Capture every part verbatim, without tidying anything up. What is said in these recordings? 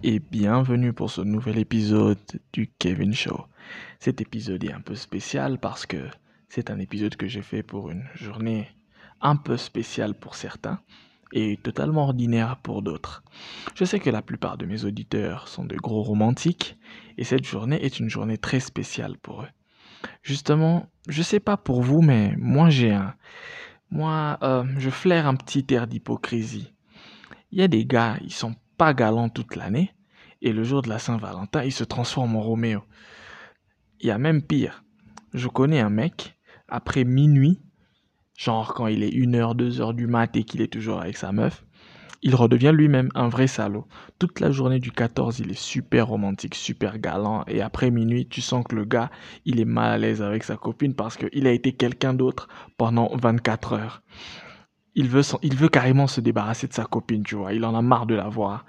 et bienvenue pour ce nouvel épisode du Kevin Show. Cet épisode est un peu spécial parce que c'est un épisode que j'ai fait pour une journée un peu spéciale pour certains et totalement ordinaire pour d'autres. Je sais que la plupart de mes auditeurs sont de gros romantiques et cette journée est une journée très spéciale pour eux. Justement, je sais pas pour vous, mais moi j'ai un... Moi, euh, je flaire un petit air d'hypocrisie. Il y a des gars, ils sont pas galants toute l'année, et le jour de la Saint-Valentin, ils se transforment en Roméo. Il y a même pire. Je connais un mec, après minuit, genre quand il est une heure, deux heures du mat et qu'il est toujours avec sa meuf, il redevient lui-même un vrai salaud. Toute la journée du quatorze, il est super romantique, super galant, et après minuit, tu sens que le gars, il est mal à l'aise avec sa copine parce qu'il a été quelqu'un d'autre pendant vingt-quatre heures. Il veut, son- il veut carrément se débarrasser de sa copine, tu vois. Il en a marre de la voir.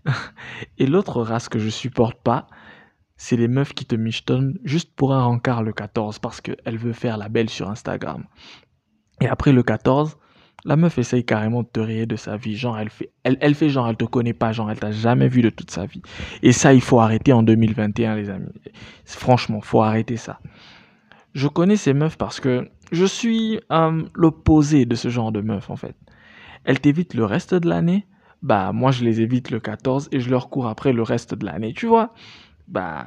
Et l'autre race que je supporte pas, c'est les meufs qui te michetonnent juste pour un rencard le quatorze parce qu'elle veut faire la belle sur Instagram. Et après le quatorze, la meuf essaye carrément de te rayer de sa vie. Genre, elle fait, elle, elle fait genre, elle te connaît pas, genre, elle t'a jamais vu de toute sa vie. Et ça, il faut arrêter en deux mille vingt et un, les amis. Franchement, faut arrêter ça. Je connais ces meufs parce que je suis euh, l'opposé de ce genre de meuf, en fait. Elles t'évitent le reste de l'année, bah moi je les évite le quatorze et je leur cours après le reste de l'année, tu vois. Bah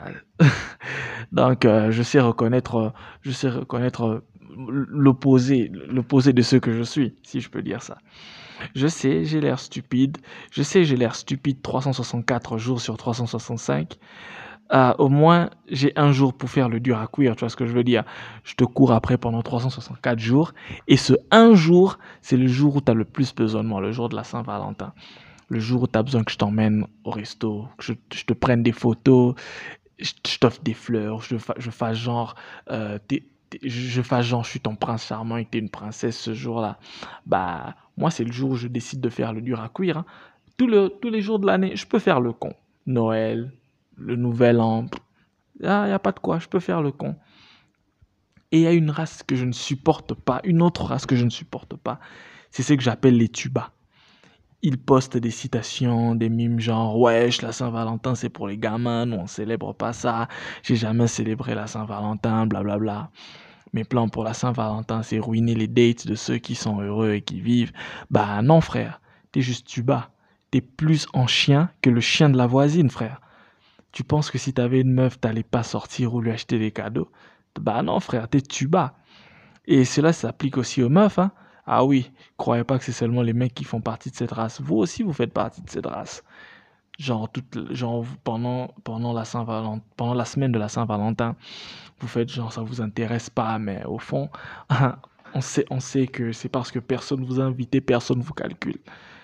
donc euh, je sais reconnaître, euh, je sais reconnaître euh, l'opposé, l'opposé de ce que je suis, si je peux dire ça. Je sais, j'ai l'air stupide. Je sais, j'ai l'air stupide trois cent soixante-quatre jours sur trois cent soixante-cinq. Ah, au moins, j'ai un jour pour faire le dur à cuire, tu vois ce que je veux dire. Je te cours après pendant trois cent soixante-quatre jours. Et ce un jour, c'est le jour où tu as le plus besoin de moi, le jour de la Saint-Valentin. Le jour où tu as besoin que je t'emmène au resto, que je, je te prenne des photos, je, je t'offre des fleurs, je, fa- je fasse genre, euh, t'es- t'es- je fasse genre, je suis ton prince charmant et que t'es une princesse ce jour-là. Bah, moi, c'est le jour où je décide de faire le dur à cuire, hein. Tout le, tous les jours de l'année, je peux faire le con. Noël, le nouvel an, il n'y a pas de quoi, je peux faire le con. Et il y a une race que je ne supporte pas, une autre race que je ne supporte pas, c'est ce que j'appelle les tubas. Ils postent des citations, des mimes genre «Wesh, la Saint-Valentin c'est pour les gamins, nous on célèbre pas ça, j'ai jamais célébré la Saint-Valentin, blablabla. Mes plans pour la Saint-Valentin c'est ruiner les dates de ceux qui sont heureux et qui vivent». Bah non frère, t'es juste tuba. T'es plus en chien que le chien de la voisine frère. Tu penses que si t'avais une meuf, t'allais pas sortir ou lui acheter des cadeaux? Bah non, frère, t'es tuba. Et cela s'applique aussi aux meufs, hein. Ah oui, croyez pas que c'est seulement les mecs qui font partie de cette race. Vous aussi, vous faites partie de cette race. Genre, toute, genre vous- pendant, pendant la Saint-Valentin, pendant la semaine de la Saint-Valentin, vous faites genre ça vous intéresse pas, mais au fond, on sait, on sait que c'est parce que personne vous a invité, personne vous calcule.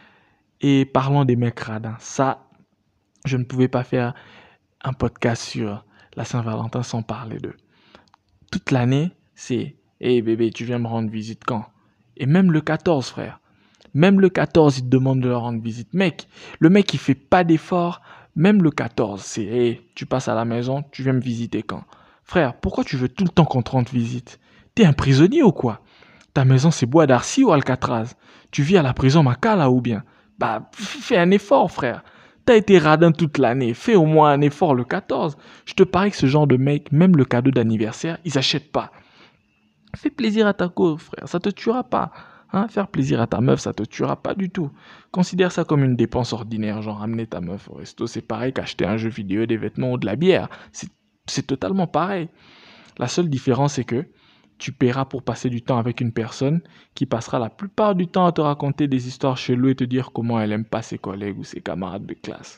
Et parlant des mecs radins, ça, je ne pouvais pas faire un podcast sur la Saint-Valentin sans parler d'eux. Toute l'année, c'est «Hey bébé, tu viens me rendre visite quand?» Et même le quatorze, frère. Même le quatorze, il te demande de leur rendre visite. Mec, le mec, il fait pas d'effort. Même le quatorze, c'est «Hey, tu passes à la maison, tu viens me visiter quand?» Frère, pourquoi tu veux tout le temps qu'on te rende visite? T'es un prisonnier ou quoi? Ta maison, c'est Bois d'Arcy ou Alcatraz? Tu vis à la prison Macala ou bien? Bah, fais un effort, frère. T'as été radin toute l'année. Fais au moins un effort le quatorze. Je te parie que ce genre de mec, même le cadeau d'anniversaire, ils achètent pas. Fais plaisir à ta cause, frère. Ça te tuera pas. Hein, faire plaisir à ta meuf, ça te tuera pas du tout. Considère ça comme une dépense ordinaire, genre amener ta meuf au resto, c'est pareil qu'acheter un jeu vidéo, des vêtements ou de la bière. C'est, c'est totalement pareil. La seule différence, c'est que tu paieras pour passer du temps avec une personne qui passera la plupart du temps à te raconter des histoires cheloues et te dire comment elle aime pas ses collègues ou ses camarades de classe.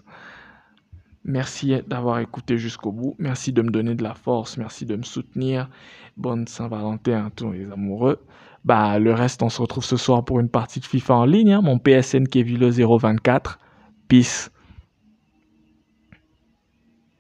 Merci d'avoir écouté jusqu'au bout. Merci de me donner de la force. Merci de me soutenir. Bonne Saint-Valentin à tous les amoureux. Bah, le reste, on se retrouve ce soir pour une partie de FIFA en ligne, hein. Mon P S N Kevilo zéro vingt-quatre. Peace.